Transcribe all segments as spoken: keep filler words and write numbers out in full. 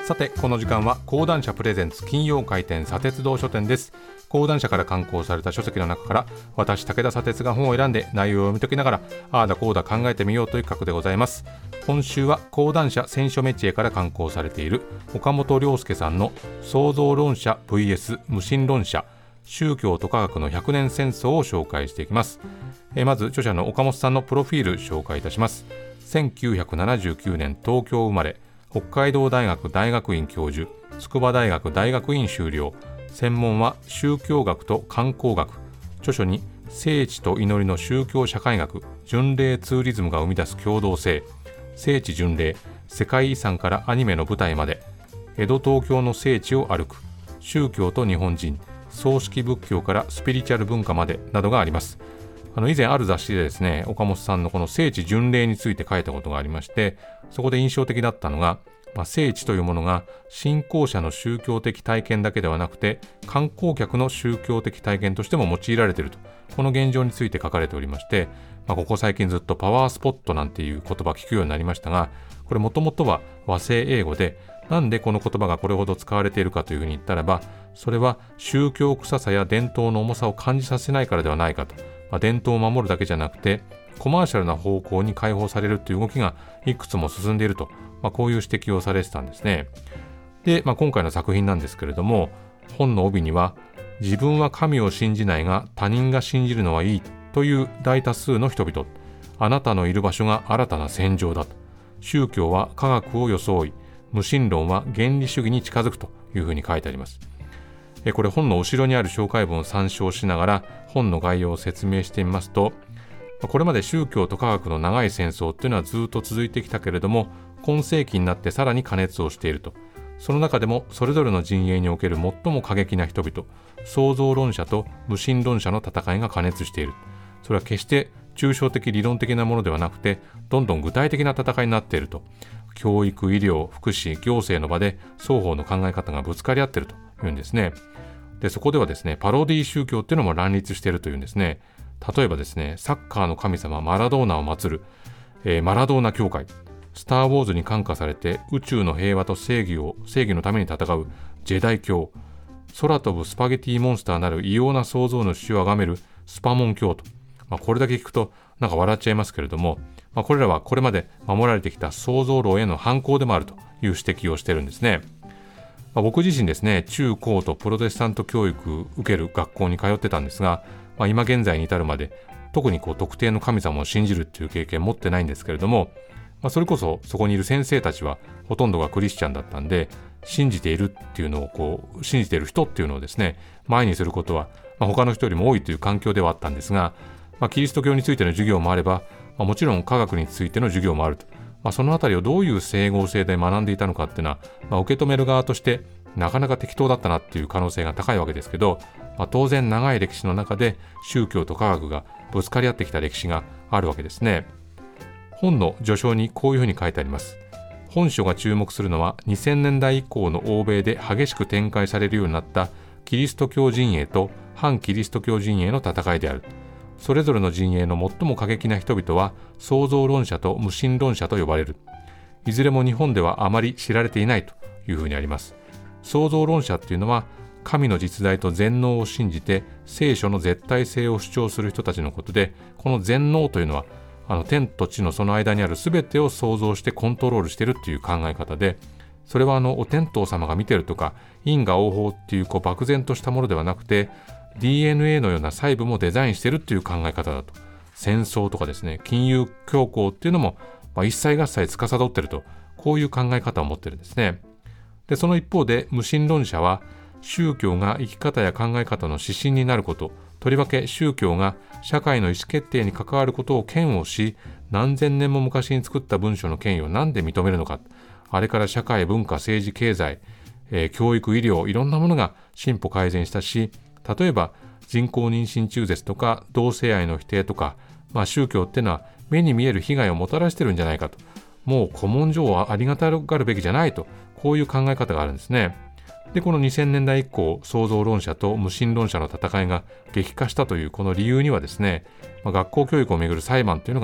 さてこの時間は講談社プレゼンツ金曜回転砂鉄道書店です。講談社から刊行された書籍の中から私武田砂鉄が本を選んで内容を読み解きながらああだこうだ考えてみようという企画でございます。今週は講談社選書メチエから刊行されている岡本良介さんの創造論者 ブイエス 無神論者宗教と科学のひゃくねん戦争を紹介していきます。えまず著者の岡本さんのプロフィール紹介いたします。せんきゅうひゃくななじゅうきゅうねん東京生まれ、北海道大学大学院教授、筑波大学大学院修了。専門は宗教学と観光学。著書に聖地と祈りの宗教社会学、巡礼ツーリズムが生み出す共同性、聖地巡礼、世界遺産からアニメの舞台まで、江戸東京の聖地を歩く、宗教と日本人、葬式仏教からスピリチュアル文化までなどがあります。あの以前ある雑誌でですね、岡本さんのこの聖地巡礼について書いたことがありまして、そこで印象的だったのが、まあ、聖地というものが信仰者の宗教的体験だけではなくて観光客の宗教的体験としても用いられていると、この現状について書かれておりまして、まあ、ここ最近ずっとパワースポットなんていう言葉聞くようになりましたが、これもともとは和製英語で、なんでこの言葉がこれほど使われているかというふうに言ったらば、それは宗教臭さや伝統の重さを感じさせないからではないかと、まあ、伝統を守るだけじゃなくてコマーシャルな方向に解放されるという動きがいくつも進んでいると、まあ、こういう指摘をされてたんですね。で、まあ、今回の作品なんですけれども、本の帯には自分は神を信じないが他人が信じるのはいいという大多数の人々、あなたのいる場所が新たな戦場だと、宗教は科学を装い無神論は原理主義に近づくというふうに書いてあります。えこれ本の後ろにある紹介文を参照しながら本の概要を説明してみますと、これまで宗教と科学の長い戦争っていうのはずっと続いてきたけれども、今世紀になってさらに過熱をしていると。その中でもそれぞれの陣営における最も過激な人々、創造論者と無神論者の戦いが過熱している。それは決して抽象的理論的なものではなくて、どんどん具体的な戦いになっていると。教育、医療、福祉、行政の場で双方の考え方がぶつかり合っているというんですね。で、そこではですね、パロディ宗教っていうのも乱立しているというんですね。例えばですね、サッカーの神様マラドーナを祀る、えー、マラドーナ教会、スター・ウォーズに感化されて宇宙の平和と正義を正義のために戦うジェダイ教、空飛ぶスパゲティモンスターなる異様な創造主を崇めるスパモン教と、まあ、これだけ聞くとなんか笑っちゃいますけれども、まあ、これらはこれまで守られてきた創造論への反抗でもあるという指摘をしているんですね。まあ、僕自身ですね、中高とプロテスタント教育を受ける学校に通ってたんですが、まあ、今現在に至るまで特にこう特定の神様を信じるっていう経験持ってないんですけれども、まあ、それこそそこにいる先生たちはほとんどがクリスチャンだったんで、信じているっていうのをこう信じている人っていうのをですね前にすることは、まあ、他の人よりも多いという環境ではあったんですが、まあ、キリスト教についての授業もあれば、まあ、もちろん科学についての授業もあると、まあ、そのあたりをどういう整合性で学んでいたのかっていうのは、まあ、受け止める側としてなかなか適当だったなっていう可能性が高いわけですけど、まあ、当然長い歴史の中で宗教と科学がぶつかり合ってきた歴史があるわけですね。本の序章にこういうふうに書いてあります。本書が注目するのはにせんねんだい以降の欧米で激しく展開されるようになったキリスト教陣営と反キリスト教陣営の戦いである。それぞれの陣営の最も過激な人々は創造論者と無神論者と呼ばれる。いずれも日本ではあまり知られていないというふうにあります。創造論者っていうのは神の実在と全能を信じて聖書の絶対性を主張する人たちのことで、この全能というのはあの天と地のその間にある全てを創造してコントロールしているっていう考え方で、それはあのお天道様が見てるとか因果応報っていうこう漠然としたものではなくて、 ディーエヌエー のような細部もデザインしているっていう考え方だと。戦争とかですね、金融恐慌っていうのも、まあ、一切合切司っていると、こういう考え方を持ってるんですね。で、その一方で無神論者は宗教が生き方や考え方の指針になること、とりわけ宗教が社会の意思決定に関わることを嫌悪し、何千年も昔に作った文書の権威を何で認めるのか。あれから社会、文化、政治、経済、えー、教育、医療、いろんなものが進歩改善したし、例えば人工妊娠中絶とか同性愛の否定とか、まあ、宗教っていうのは目に見える被害をもたらしてるんじゃないかと。もう古文書をありがたがるべきじゃないと、こういう考え方があるんですね。で、このにせんねんだい以降、創造論者と無神論者の戦いが激化したというこの理由にはですね、まあ、学校教育をめぐる裁判というのが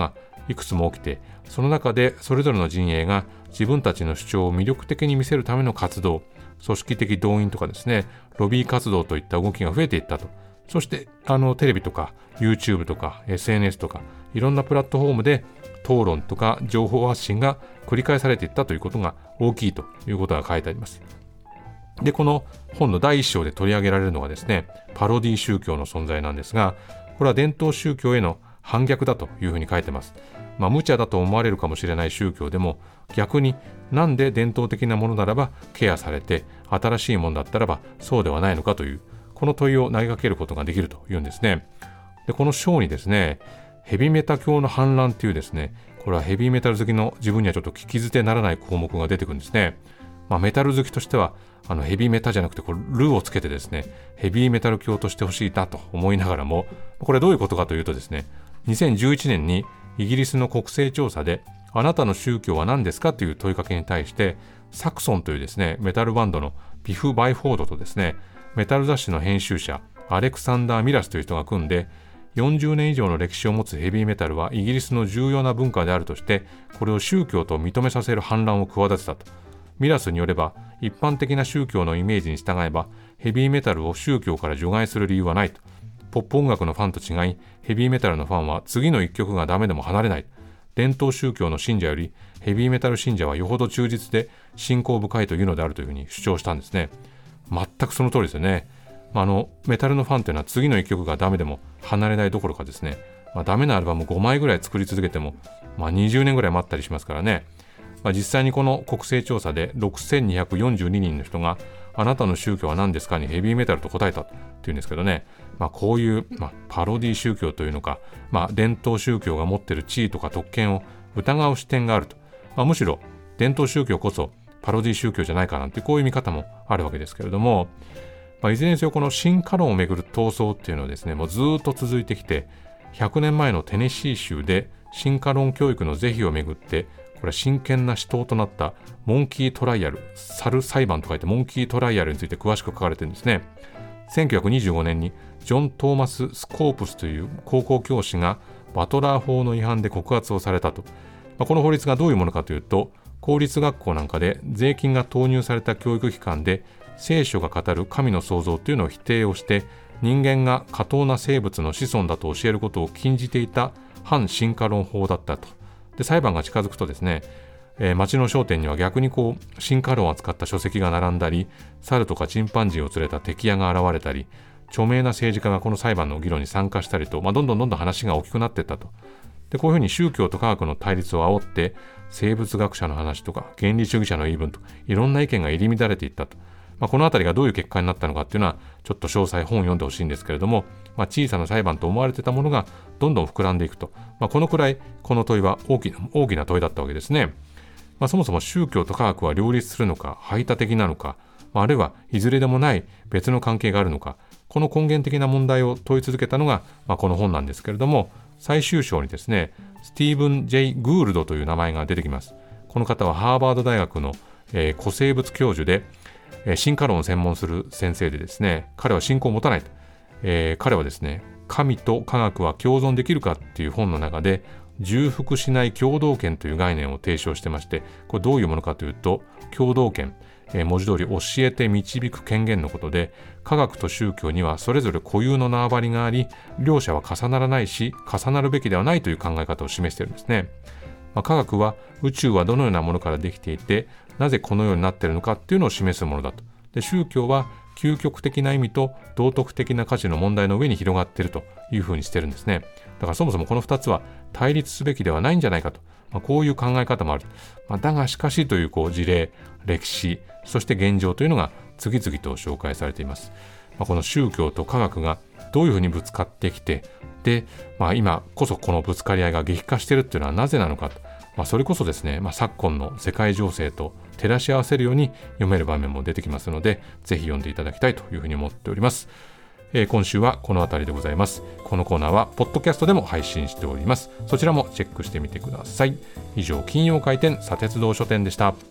いくつも起きて、その中でそれぞれの陣営が自分たちの主張を魅力的に見せるための活動、組織的動員とかですね、ロビー活動といった動きが増えていったと。そしてあのテレビとか YouTube とか エスエヌエス とかいろんなプラットフォームで討論とか情報発信が繰り返されていったということが大きいということが書いてあります。で、この本のだいいっ章で取り上げられるのがですね、パロディ宗教の存在なんですが、これは伝統宗教への反逆だというふうに書いてます。まあ無茶だと思われるかもしれない宗教でも、逆になんで伝統的なものならばケアされて、新しいものだったらばそうではないのかという、この問いを投げかけることができるというんですね。で、この章にですね、ヘビメタ教の反乱っていうですね、これはヘビーメタル好きの自分にはちょっと聞き捨てならない項目が出てくるんですね。まあ、メタル好きとしてはあのヘビーメタじゃなくてこれルをつけてですね、ヘビーメタル教としてほしいなと思いながらも、これどういうことかというとですね、にせんじゅういちねんにイギリスの国勢調査であなたの宗教は何ですかという問いかけに対して、サクソンというですねメタルバンドのビフ・バイフォードとですね、メタル雑誌の編集者アレクサンダー・ミラスという人が組んで、よんじゅうねん以上の歴史を持つヘビーメタルはイギリスの重要な文化であるとして、これを宗教と認めさせる反乱を企てたと。ミラスによれば、一般的な宗教のイメージに従えばヘビーメタルを宗教から除外する理由はないと。ポップ音楽のファンと違い、ヘビーメタルのファンは次の一曲がダメでも離れない。伝統宗教の信者よりヘビーメタル信者はよほど忠実で信仰深いというのであるというふうに主張したんですね。全くその通りですよね。まあ、あのメタルのファンというのは次の一曲がダメでも離れないどころかですね、まあ、ダメなアルバムごまいぐらい作り続けても、まあ、にじゅうねんぐらい待ったりしますからね。まあ、実際にこの国勢調査でろくせんにひゃくよんじゅうににんの人があなたの宗教は何ですかにヘビーメタルと答えたっていうんですけどね、まあ、こういう、まあ、パロディ宗教というのか、まあ、伝統宗教が持っている地位とか特権を疑う視点があると、まあ、むしろ伝統宗教こそパロディ宗教じゃないかなんてこういう見方もあるわけですけれども、まあ、いずれにせよこの進化論をめぐる闘争っていうのはですね、もうずっと続いてきて、ひゃくねんまえのテネシー州で進化論教育の是非をめぐってこれは真剣な死闘となったモンキートライアル、猿裁判と書いてモンキートライアルについて詳しく書かれてるんですね。せんきゅうひゃくにじゅうごねんにジョン・トーマス・スコープスという高校教師がバトラー法の違反で告発をされたと。まあ、この法律がどういうものかというと、公立学校なんかで税金が投入された教育機関で聖書が語る神の創造というのを否定をして、人間が下等な生物の子孫だと教えることを禁じていた反進化論法だったと。で、裁判が近づくとですね、えー、町の商店には逆にこう進化論を扱った書籍が並んだり、猿とかチンパンジーを連れた敵屋が現れたり、著名な政治家がこの裁判の議論に参加したりと、まあ、どんどんどんどん話が大きくなっていったと。で、こういうふうに宗教と科学の対立を煽って、生物学者の話とか原理主義者の言い分といろんな意見が入り乱れていったと。まあ、このあたりがどういう結果になったのかっていうのはちょっと詳細本を読んでほしいんですけれども、まあ、小さな裁判と思われていたものがどんどん膨らんでいくと、まあ、このくらいこの問いは大きな大きな問いだったわけですね。まあ、そもそも宗教と科学は両立するのか排他的なのか、まあ、あるいはいずれでもない別の関係があるのか、この根源的な問題を問い続けたのが、まあ、この本なんですけれども、最終章にですねスティーブン・ジェイ・グールドという名前が出てきます。この方はハーバード大学の、えー、古生物教授で、えー、進化論を専門する先生でですね、彼は信仰を持たないと、えー、彼はですね、神と科学は共存できるかっていう本の中で重複しない共同権という概念を提唱してまして、これどういうものかというと、共同権、えー、文字通り教えて導く権限のことで、科学と宗教にはそれぞれ固有の縄張りがあり、両者は重ならないし重なるべきではないという考え方を示しているんですね。まあ、科学は宇宙はどのようなものからできていて、なぜこのようになっているのかっていうのを示すものだと。で、宗教は究極的な意味と道徳的な価値の問題の上に広がっているというふうにしてるんですね。だからそもそもこのふたつは対立すべきではないんじゃないかと、まあ、こういう考え方もある。まあ、だがしかしという、こう事例、歴史、そして現状というのが次々と紹介されています。まあ、この宗教と科学がどういうふうにぶつかってきて、で、まあ、今こそこのぶつかり合いが激化しているというのはなぜなのかと、まあ、それこそですね、まあ、昨今の世界情勢と照らし合わせるように読める場面も出てきますので、ぜひ読んでいただきたいというふうに思っております。えー、今週はこのあたりでございます。このコーナーはポッドキャストでも配信しております。そちらもチェックしてみてください。以上、金曜回転砂鉄道書店でした。